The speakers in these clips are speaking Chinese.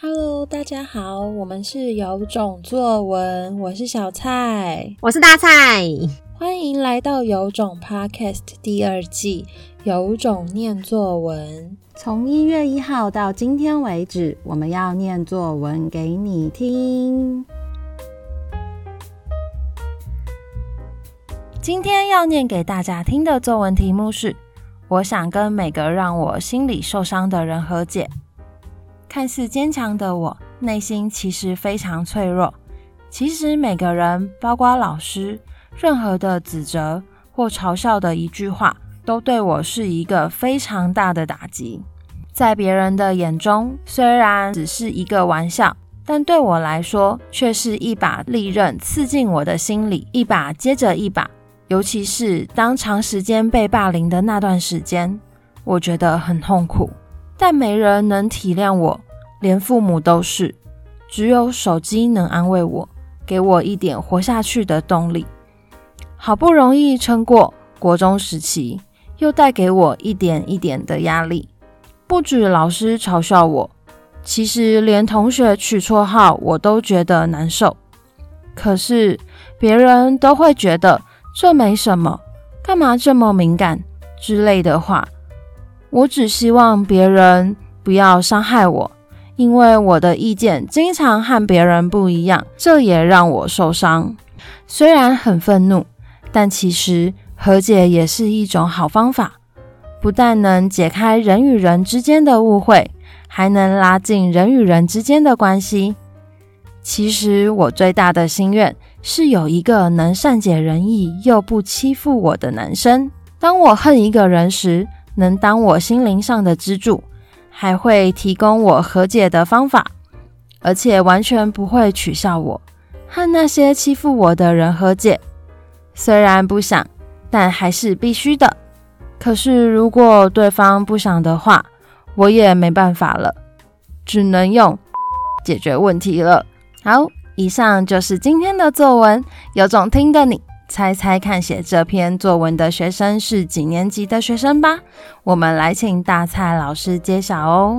Hello， 大家好，我们是有种作文，我是小蔡， 我是大蔡， 欢迎来到有种 Podcast 第2季，有种念作文。 从1月1号到今天为止，我们要念作文给你听。 今天要念给大家听的作文题目是：我想跟每个让我心里受伤的人和解。看似坚强的我，内心其实非常脆弱。其实每个人，包括老师，任何的指责或嘲笑的一句话，都对我是一个非常大的打击。在别人的眼中，虽然只是一个玩笑，但对我来说，却是一把利刃刺进我的心里，一把接着一把。尤其是当长时间被霸凌的那段时间，我觉得很痛苦。但没人能体谅我，连父母都是，只有手机能安慰我，给我一点活下去的动力。好不容易撑过国中时期，又带给我一点一点的压力。不止老师嘲笑我，其实连同学取绰号我都觉得难受。可是别人都会觉得这没什么，干嘛这么敏感之类的话。我只希望别人不要伤害我，因为我的意见经常和别人不一样，这也让我受伤。虽然很愤怒，但其实和解也是一种好方法，不但能解开人与人之间的误会，还能拉近人与人之间的关系。其实我最大的心愿是有一个能善解人意又不欺负我的男生。当我恨一个人时，能当我心灵上的支柱，还会提供我和解的方法，而且完全不会取笑我，和那些欺负我的人和解。虽然不想，但还是必须的。可是如果对方不想的话，我也没办法了，只能用解决问题了。好，以上就是今天的作文，有种听的你猜猜看，写这篇作文的学生是几年级的学生吧？我们来请大蔡老师揭晓哦。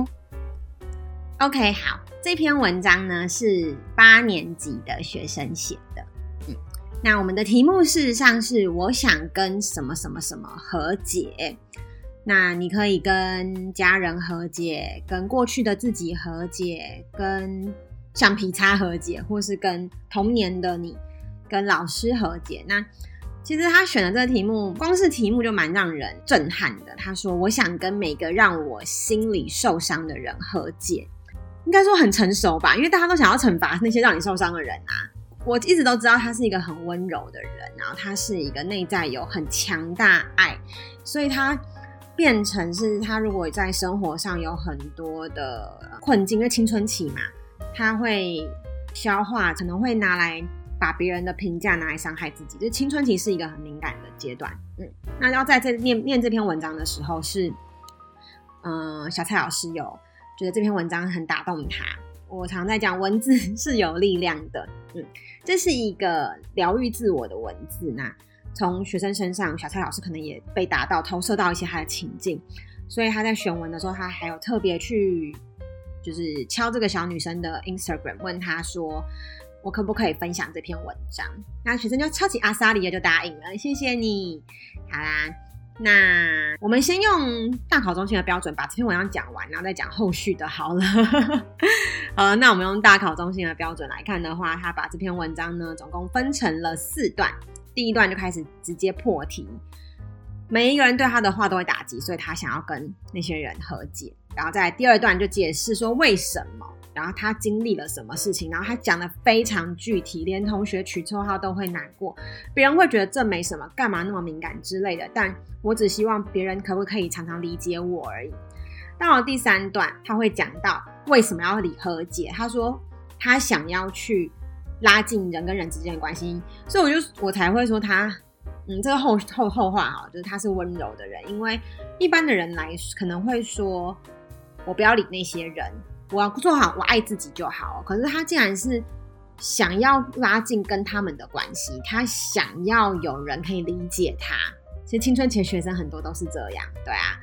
OK， 好，这篇文章呢是8年级的学生写的。那我们的题目事实上是我想跟什么什么什么和解。那你可以跟家人和解，跟过去的自己和解，跟橡皮擦和解，或是跟童年的你跟老师和解。那其实他选的这个题目，光是题目就蛮让人震撼的。他说我想跟每个让我心里受伤的人和解，应该说很成熟吧，因为大家都想要惩罚那些让你受伤的人啊。我一直都知道他是一个很温柔的人，然后他是一个内在有很强大爱，所以他变成是他如果在生活上有很多的困境，因为青春期嘛，他会消化，可能会拿来把别人的评价拿来伤害自己，就是青春期是一个很敏感的阶段。那要在念这篇文章的时候是，小蔡老师有觉得这篇文章很打动他。我常在讲文字是有力量的，这是一个疗愈自我的文字。那从学生身上，小蔡老师可能也被打到，投射到一些他的情境，所以他在选文的时候，他还有特别去就是敲这个小女生的 Instagram， 问她说我可不可以分享这篇文章。那学生就超级阿莎里的就答应了，谢谢你。好啦，那我们先用大考中心的标准把这篇文章讲完，然后再讲后续的好了。那我们用大考中心的标准来看的话，他把这篇文章呢总共分成了4段。第一段就开始直接破题，每一个人对他的话都会打击，所以他想要跟那些人和解。然后在第2段就解释说为什么，然后他经历了什么事情，然后他讲得非常具体，连同学取绰号都会难过，别人会觉得这没什么，干嘛那么敏感之类的，但我只希望别人可不可以常常理解我而已。到了第3段，他会讲到为什么要和解，他说他想要去拉近人跟人之间的关系，所以我才会说他这个后话就是他是温柔的人。因为一般的人可能会说我不要理那些人，我要做好我爱自己就好。可是他竟然是想要拉近跟他们的关系，他想要有人可以理解他。其实青春期的学生很多都是这样，对啊。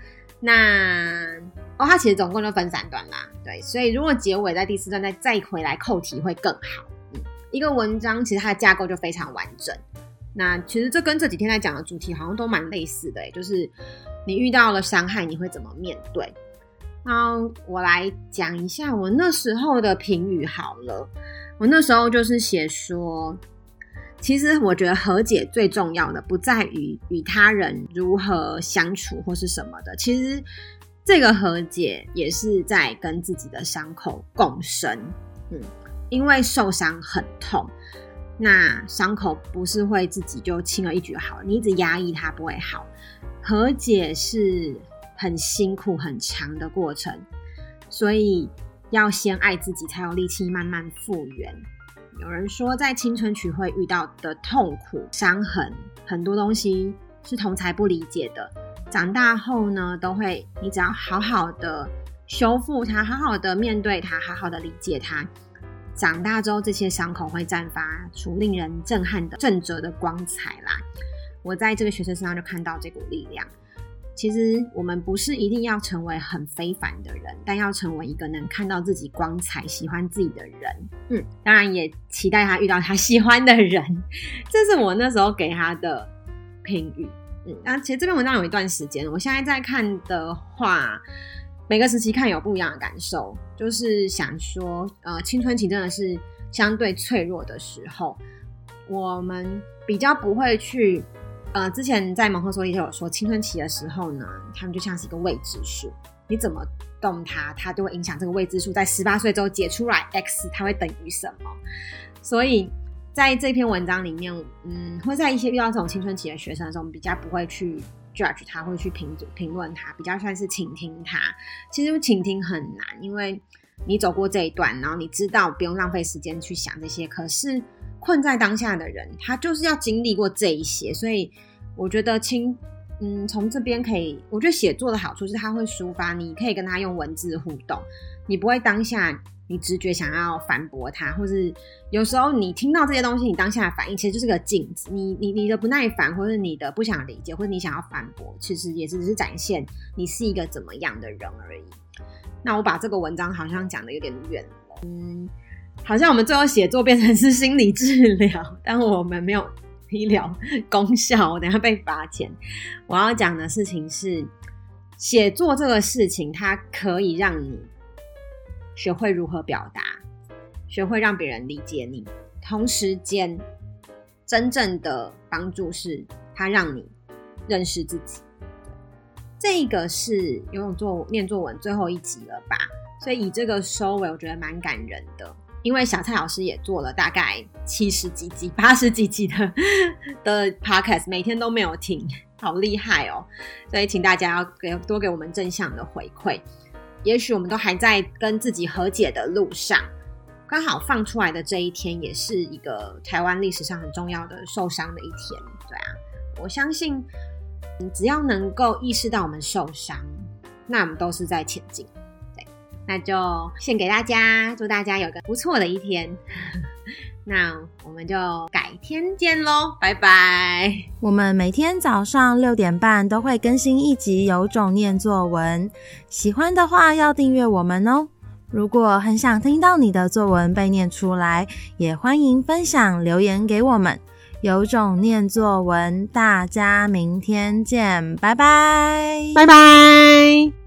那它其实总共就分3段啦，对，所以如果结尾在第4段再回来扣题会更好。一个文章其实它的架构就非常完整。那其实这跟这几天在讲的主题好像都蛮类似的，就是你遇到了伤害你会怎么面对。那我来讲一下我那时候的评语好了。我那时候就是写说，其实我觉得和解最重要的不在于与他人如何相处或是什么的，其实这个和解也是在跟自己的伤口共生。因为受伤很痛，那伤口不是会自己就轻而易举好，你一直压抑它不会好。和解是很辛苦很长的过程，所以要先爱自己才有力气慢慢复原。有人说在青春期会遇到的痛苦伤痕，很多东西是同侪不理解的，长大后呢都会，你只要好好的修复它，好好的面对它，好好的理解它，长大之后这些伤口会绽发出令人震撼的正则的光彩啦。我在这个学生身上就看到这股力量。其实我们不是一定要成为很非凡的人，但要成为一个能看到自己光彩喜欢自己的人。当然也期待他遇到他喜欢的人，这是我那时候给他的评语。其实这篇文章有一段时间，我现在在看的话，每个时期看有不一样的感受，就是想说青春期真的是相对脆弱的时候，我们比较不会去之前在蒙特梭利有说，青春期的时候呢，他们就像是一个未知数，你怎么动它，它就会影响这个未知数在18岁之后解出来 X 它会等于什么。所以在这篇文章里面，会在一些遇到这种青春期的学生的时候，我们比较不会去 judge 他，会去评论他，比较算是倾听他。其实倾听很难，因为你走过这一段，然后你知道不用浪费时间去想这些，可是困在当下的人，他就是要经历过这一些。所以我觉得从这边可以，我觉得写作的好处是它会抒发，你可以跟他用文字互动，你不会当下你直觉想要反驳他，或是有时候你听到这些东西，你当下的反应其实就是个镜子，你的不耐烦，或是你的不想理解，或者你想要反驳，其实也只是展现你是一个怎么样的人而已。那我把这个文章好像讲的有点远了，好像我们最后写作变成是心理治疗，但我们没有医疗功效，我等一下被罚钱。我要讲的事情是，写作这个事情它可以让你学会如何表达，学会让别人理解你，同时间真正的帮助是它让你认识自己。这个是游泳念作文最后一集了吧，所以以这个收尾我觉得蛮感人的，因为小蔡老师也做了大概70几集80几集的 podcast， 每天都没有停，好厉害哦。所以请大家要多给我们正向的回馈，也许我们都还在跟自己和解的路上，刚好放出来的这一天也是一个台湾历史上很重要的受伤的一天。对啊，我相信只要能够意识到我们受伤，那我们都是在前进。对，那就献给大家，祝大家有个不错的一天。那我们就改天见咯，拜拜。 我们每天早上6点半都会更新一集有种念作文，喜欢的话要订阅我们哦。如果很想听到你的作文被念出来，也欢迎分享留言给我们。有种念作文，大家明天见，拜拜， 拜拜。